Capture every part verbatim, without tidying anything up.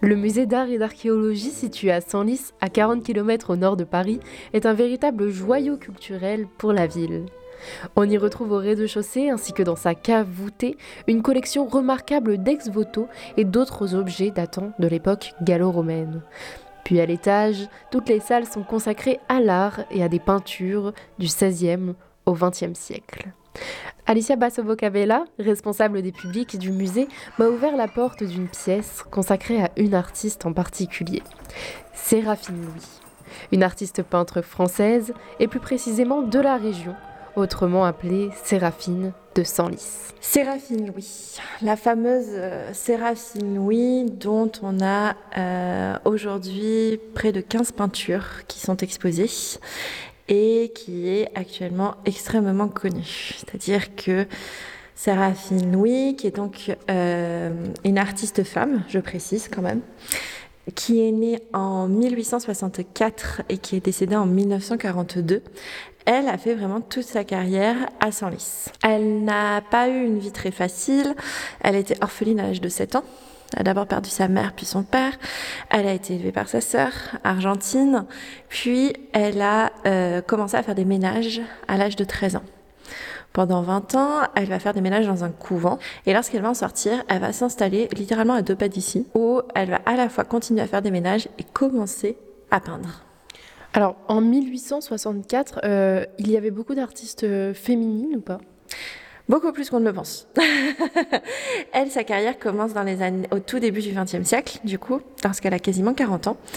Le musée d'art et d'archéologie, situé à Senlis, à quarante kilomètres au nord de Paris, est un véritable joyau culturel pour la ville. On y retrouve au rez-de-chaussée, ainsi que dans sa cave voûtée, une collection remarquable d'ex-voto et d'autres objets datant de l'époque gallo-romaine. Puis à l'étage, toutes les salles sont consacrées à l'art et à des peintures du seizième au vingtième siècle. Alicia Basso-Bocabella, responsable des publics du musée, m'a ouvert la porte d'une pièce consacrée à une artiste en particulier, Séraphine Louis, une artiste peintre française et plus précisément de la région, autrement appelée Séraphine de Senlis. Séraphine Louis, la fameuse euh, Séraphine Louis dont on a euh, aujourd'hui près de quinze peintures qui sont exposées et qui est actuellement extrêmement connue. C'est-à-dire que Séraphine Louis, qui est donc euh, une artiste femme, je précise quand même, qui est née en mille huit cent soixante-quatre et qui est décédée en mille neuf cent quarante-deux, elle a fait vraiment toute sa carrière à Senlis. Elle n'a pas eu une vie très facile, elle était orpheline à l'âge de sept ans. Elle a d'abord perdu sa mère puis son père. Elle a été élevée par sa sœur, argentine. Puis elle a euh, commencé à faire des ménages à l'âge de treize ans. Pendant vingt ans, elle va faire des ménages dans un couvent. Et lorsqu'elle va en sortir, elle va s'installer littéralement à deux pas d'ici, où elle va à la fois continuer à faire des ménages et commencer à peindre. Alors, en mille huit cent soixante-quatre, euh, il y avait beaucoup d'artistes féminines ou pas ? Beaucoup plus qu'on ne le pense. Elle, sa carrière commence dans les années, au tout début du vingtième siècle, du coup, lorsqu'elle a quasiment quarante ans.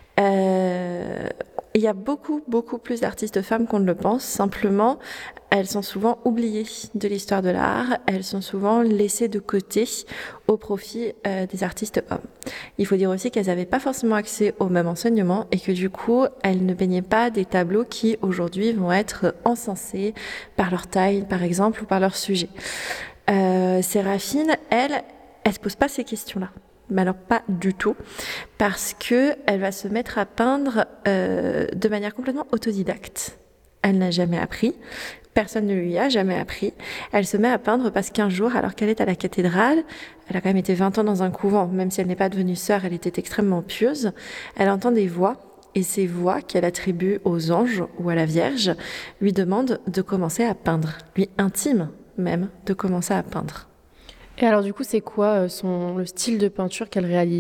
Euh, il y a beaucoup, beaucoup plus d'artistes femmes qu'on ne le pense. Simplement, elles sont souvent oubliées de l'histoire de l'art. Elles sont souvent laissées de côté au profit euh, des artistes hommes. Il faut dire aussi qu'elles n'avaient pas forcément accès au même enseignement et que du coup, elles ne baignaient pas des tableaux qui aujourd'hui vont être encensés par leur taille, par exemple, ou par leur sujet. Euh, Séraphine, elle, elle se pose pas ces questions-là. Mais alors pas du tout, parce que elle va se mettre à peindre euh, de manière complètement autodidacte. Elle n'a jamais appris, personne ne lui a jamais appris. Elle se met à peindre parce qu'un jour, alors qu'elle est à la cathédrale, elle a quand même été vingt ans dans un couvent, même si elle n'est pas devenue sœur, elle était extrêmement pieuse, elle entend des voix, et ces voix qu'elle attribue aux anges ou à la Vierge lui demandent de commencer à peindre, lui intime même de commencer à peindre. Et alors du coup, c'est quoi son, le style de peinture qu'elle réalise ?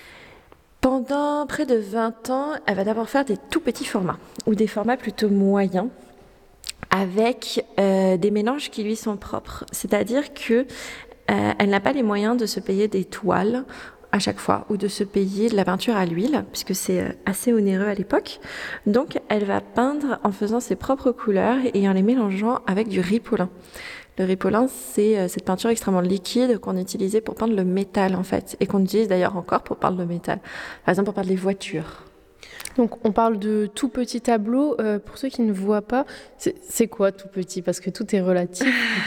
Pendant près de vingt ans, elle va d'abord faire des tout petits formats, ou des formats plutôt moyens, avec euh, des mélanges qui lui sont propres. C'est-à-dire que euh, elle n'a pas les moyens de se payer des toiles à chaque fois, ou de se payer de la peinture à l'huile, puisque c'est assez onéreux à l'époque. Donc elle va peindre en faisant ses propres couleurs et en les mélangeant avec du ripolin. Le ripolin, c'est cette peinture extrêmement liquide qu'on utilisait pour peindre le métal, en fait, et qu'on utilise d'ailleurs encore pour peindre le métal. Par exemple, pour peindre les voitures. Donc, on parle de tout petits tableaux. Euh, pour ceux qui ne voient pas, c'est, c'est quoi tout petit ? Parce que tout est relatif.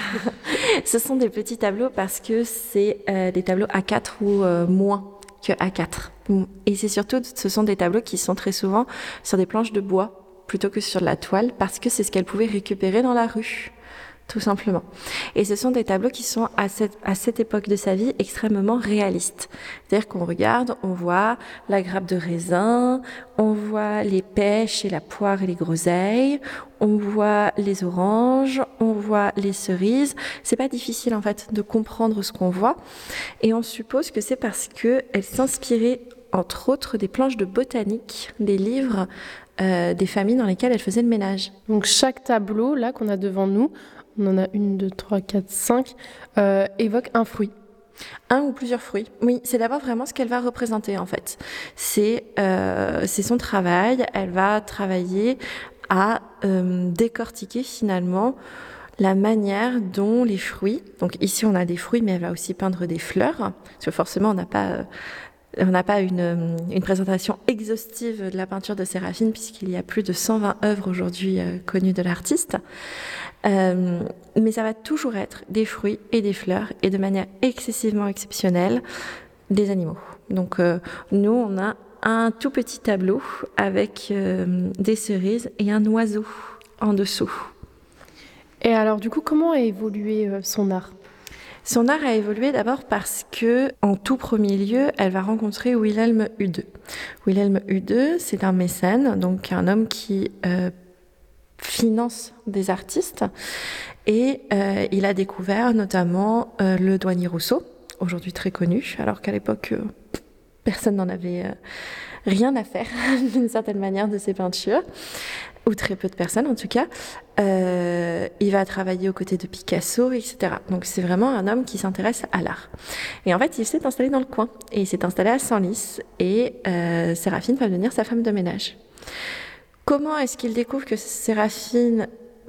Ce sont des petits tableaux parce que c'est euh, des tableaux A quatre ou euh, moins que A quatre. Et c'est surtout, ce sont des tableaux qui sont très souvent sur des planches de bois plutôt que sur la toile, parce que c'est ce qu'elle pouvait récupérer dans la rue. Tout simplement. Et ce sont des tableaux qui sont, à cette, à cette époque de sa vie, extrêmement réalistes. C'est-à-dire qu'on regarde, on voit la grappe de raisin, on voit les pêches et la poire et les groseilles, on voit les oranges, on voit les cerises. C'est pas difficile, en fait, de comprendre ce qu'on voit. Et on suppose que c'est parce qu'elle s'inspirait, entre autres, des planches de botanique, des livres euh, des familles dans lesquelles elle faisait le ménage. Donc, chaque tableau, là, qu'on a devant nous, on en a une, deux, trois, quatre, cinq, euh, évoque un fruit. Un ou plusieurs fruits. Oui, c'est d'abord vraiment ce qu'elle va représenter en fait. C'est, euh, c'est son travail. Elle va travailler à euh, décortiquer finalement la manière dont les fruits, donc ici on a des fruits, mais elle va aussi peindre des fleurs, parce que forcément on n'a pas... Euh, On n'a pas une, une présentation exhaustive de la peinture de Séraphine, puisqu'il y a plus de cent vingt œuvres aujourd'hui euh, connues de l'artiste. Euh, mais ça va toujours être des fruits et des fleurs, et de manière excessivement exceptionnelle, des animaux. Donc euh, nous, on a un tout petit tableau avec euh, des cerises et un oiseau en dessous. Et alors du coup, comment a évolué euh, son art ? Son art a évolué d'abord parce que, en tout premier lieu, elle va rencontrer Wilhelm Uhde. Wilhelm Uhde, c'est un mécène, donc un homme qui euh, finance des artistes, et euh, il a découvert notamment euh, le douanier Rousseau, aujourd'hui très connu, alors qu'à l'époque, euh, personne n'en avait euh, rien à faire, d'une certaine manière, de ses peintures, ou très peu de personnes en tout cas. Euh, il va travailler aux côtés de Picasso, et cetera. Donc c'est vraiment un homme qui s'intéresse à l'art. Et en fait, il s'est installé dans le coin, et il s'est installé à Senlis, et euh, Séraphine va devenir sa femme de ménage. Comment est-ce qu'il découvre que Séraphine peint ?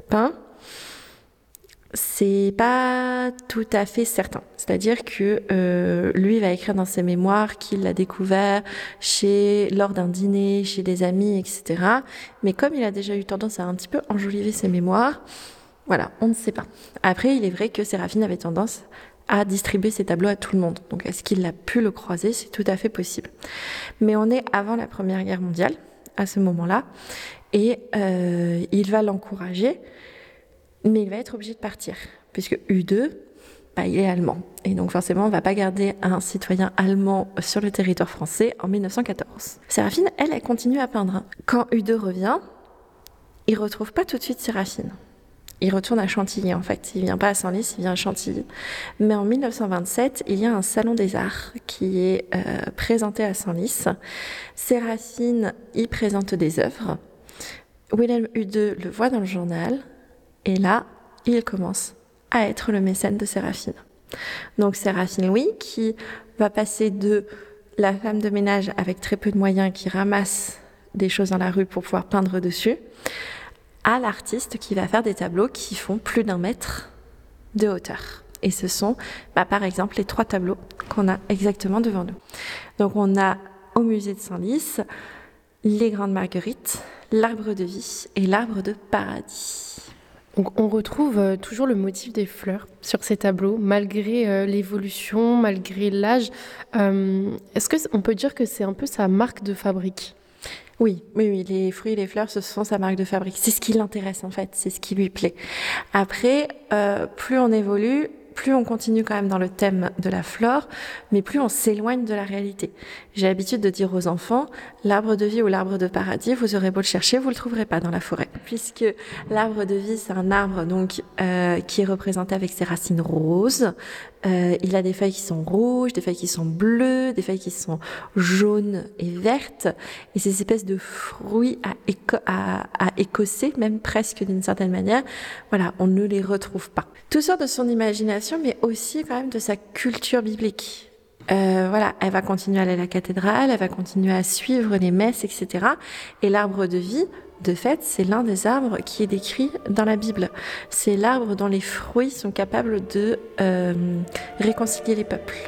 C'est pas tout à fait certain. C'est-à-dire que euh, lui va écrire dans ses mémoires qu'il l'a découvert chez, lors d'un dîner, chez des amis, et cetera. Mais comme il a déjà eu tendance à un petit peu enjoliver ses mémoires, voilà, on ne sait pas. Après, il est vrai que Séraphine avait tendance à distribuer ses tableaux à tout le monde. Donc, est-ce qu'il a pu le croiser ? C'est tout à fait possible. Mais on est avant la Première Guerre mondiale, à ce moment-là, et euh, il va l'encourager. Mais il va être obligé de partir, puisque Uhde, bah, il est allemand. Et donc forcément, on ne va pas garder un citoyen allemand sur le territoire français en mille neuf cent quatorze. Séraphine, elle, elle continue à peindre. Quand Uhde revient, il ne retrouve pas tout de suite Séraphine. Il retourne à Chantilly, en fait. Il ne vient pas à Senlis, il vient à Chantilly. Mais en mille neuf cent vingt-sept, il y a un salon des arts qui est euh, présenté à Senlis. Séraphine y présente des œuvres. Wilhelm Uhde le voit dans le journal. Et là, il commence à être le mécène de Séraphine. Donc Séraphine Louis, qui va passer de la femme de ménage avec très peu de moyens, qui ramasse des choses dans la rue pour pouvoir peindre dessus, à l'artiste qui va faire des tableaux qui font plus d'un mètre de hauteur. Et ce sont, bah, par exemple, les trois tableaux qu'on a exactement devant nous. Donc on a au musée de Senlis les Grandes Marguerites, l'Arbre de vie et l'Arbre de paradis. Donc on retrouve euh, toujours le motif des fleurs sur ces tableaux, malgré euh, l'évolution, malgré l'âge. Euh, est-ce qu'on peut dire que c'est un peu sa marque de fabrique ? Oui, oui, oui, les fruits et les fleurs, ce sont sa marque de fabrique. C'est ce qui l'intéresse en fait, c'est ce qui lui plaît. Après, euh, plus on évolue, plus on continue quand même dans le thème de la flore, mais plus on s'éloigne de la réalité. J'ai l'habitude de dire aux enfants, l'arbre de vie ou l'arbre de paradis, vous aurez beau le chercher, vous le trouverez pas dans la forêt. Puisque l'arbre de vie, c'est un arbre donc euh, qui est représenté avec ses racines roses. Euh, il a des feuilles qui sont rouges, des feuilles qui sont bleues, des feuilles qui sont jaunes et vertes. Et ces espèces de fruits à, éco- à, à écosser, même presque d'une certaine manière, voilà, on ne les retrouve pas. Tout sort de son imagination, mais aussi quand même de sa culture biblique. Euh, voilà, elle va continuer à aller à la cathédrale, elle va continuer à suivre les messes, et cetera. Et l'arbre de vie, de fait, c'est l'un des arbres qui est décrit dans la Bible. C'est l'arbre dont les fruits sont capables de euh, réconcilier les peuples.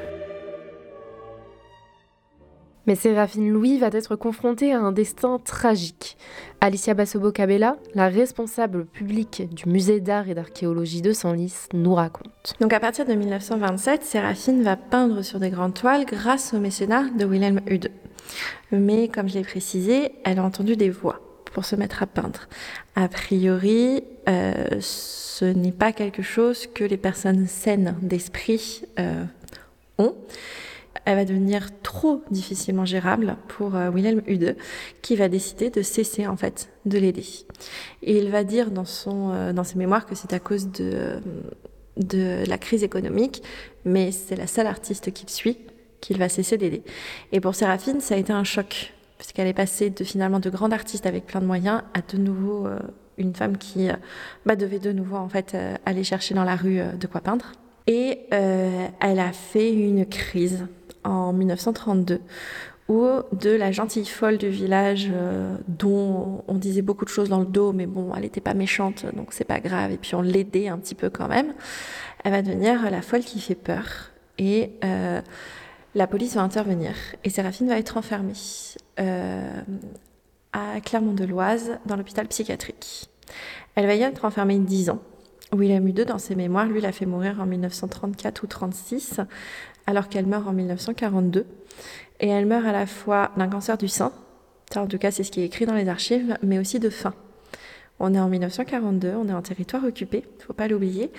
Mais Séraphine Louis va être confrontée à un destin tragique. Alicia Bassobo-Cabella, la responsable publique du musée d'art et d'archéologie de Senlis, nous raconte. Donc à partir de mille neuf cent vingt-sept, Séraphine va peindre sur des grandes toiles grâce au mécénat de Wilhelm Uhde. Mais comme je l'ai précisé, elle a entendu des voix pour se mettre à peindre. A priori, euh, ce n'est pas quelque chose que les personnes saines d'esprit euh, ont. Elle va devenir trop difficilement gérable pour euh, Wilhelm Uhde, qui va décider de cesser en fait de l'aider. Et il va dire dans, son, euh, dans ses mémoires que c'est à cause de, euh, de la crise économique, mais c'est la seule artiste qu'il suit qu'il va cesser d'aider. Et pour Séraphine, ça a été un choc, puisqu'elle est passée de, finalement de grande artiste avec plein de moyens à de nouveau euh, une femme qui euh, bah, devait de nouveau en fait euh, aller chercher dans la rue euh, de quoi peindre. Et euh, elle a fait une crise en mille neuf cent trente-deux, où de la gentille folle du village, euh, dont on disait beaucoup de choses dans le dos, mais bon, elle n'était pas méchante, donc c'est pas grave, et puis on l'aidait un petit peu quand même, elle va devenir la folle qui fait peur. Et euh, la police va intervenir, et Séraphine va être enfermée euh, à Clermont-de-Loise, dans l'hôpital psychiatrique. Elle va y être enfermée dix ans. Wilhelm Uhde, dans ses mémoires, lui, l'a fait mourir en mille neuf cent trente-quatre ou trente-six, alors qu'elle meurt en mille neuf cent quarante-deux. Et elle meurt à la fois d'un cancer du sein, ça, en tout cas c'est ce qui est écrit dans les archives, mais aussi de faim. On est en mille neuf cent quarante-deux, on est en territoire occupé, il ne faut pas l'oublier,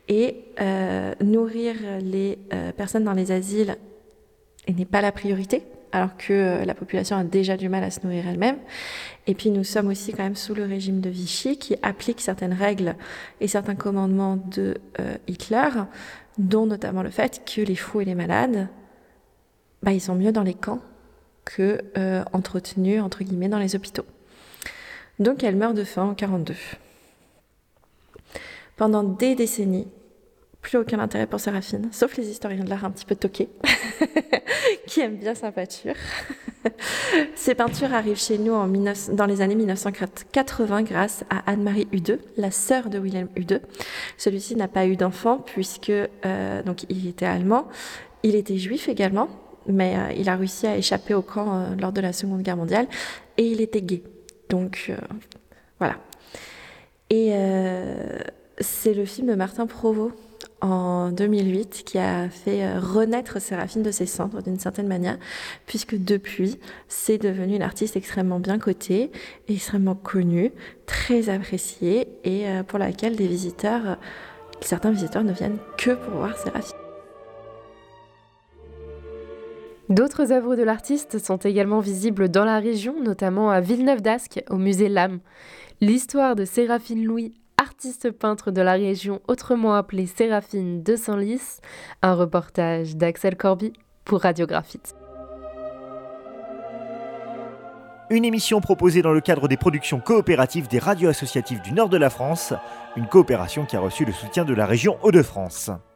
Et euh, nourrir les euh, personnes dans les asiles n'est pas la priorité, alors que euh, la population a déjà du mal à se nourrir elle-même. Et puis nous sommes aussi quand même sous le régime de Vichy qui applique certaines règles et certains commandements de euh, Hitler, dont notamment le fait que les fous et les malades, bah, ils sont mieux dans les camps que euh, entretenus, entre guillemets, dans les hôpitaux. Donc elle meurt de faim en quarante-deux. Pendant des décennies, plus aucun intérêt pour Séraphine, sauf les historiens de l'art un petit peu toqués, qui aiment bien sa peinture. Ses peintures arrivent chez nous en dix-neuf, dans les années dix-neuf cent quatre-vingts grâce à Anne-Marie Uhde, la sœur de Wilhelm Uhde. Celui-ci n'a pas eu d'enfant puisque euh, donc il était allemand, il était juif également, mais euh, il a réussi à échapper au camp euh, lors de la Seconde Guerre mondiale et il était gay. Donc euh, voilà. Et euh, c'est le film de Martin Provost en deux mille huit qui a fait renaître Séraphine de ses cendres d'une certaine manière, puisque depuis, c'est devenu une artiste extrêmement bien cotée, extrêmement connue, très appréciée et pour laquelle des visiteurs, certains visiteurs ne viennent que pour voir Séraphine. D'autres œuvres de l'artiste sont également visibles dans la région, notamment à Villeneuve-d'Ascq, au musée Lam. L'histoire de Séraphine Louis, artiste peintre de la région, autrement appelée Séraphine de Senlis, un reportage d'Axel Corby pour Radiographite. Une émission proposée dans le cadre des productions coopératives des radios associatives du nord de la France, une coopération qui a reçu le soutien de la région Hauts-de-France.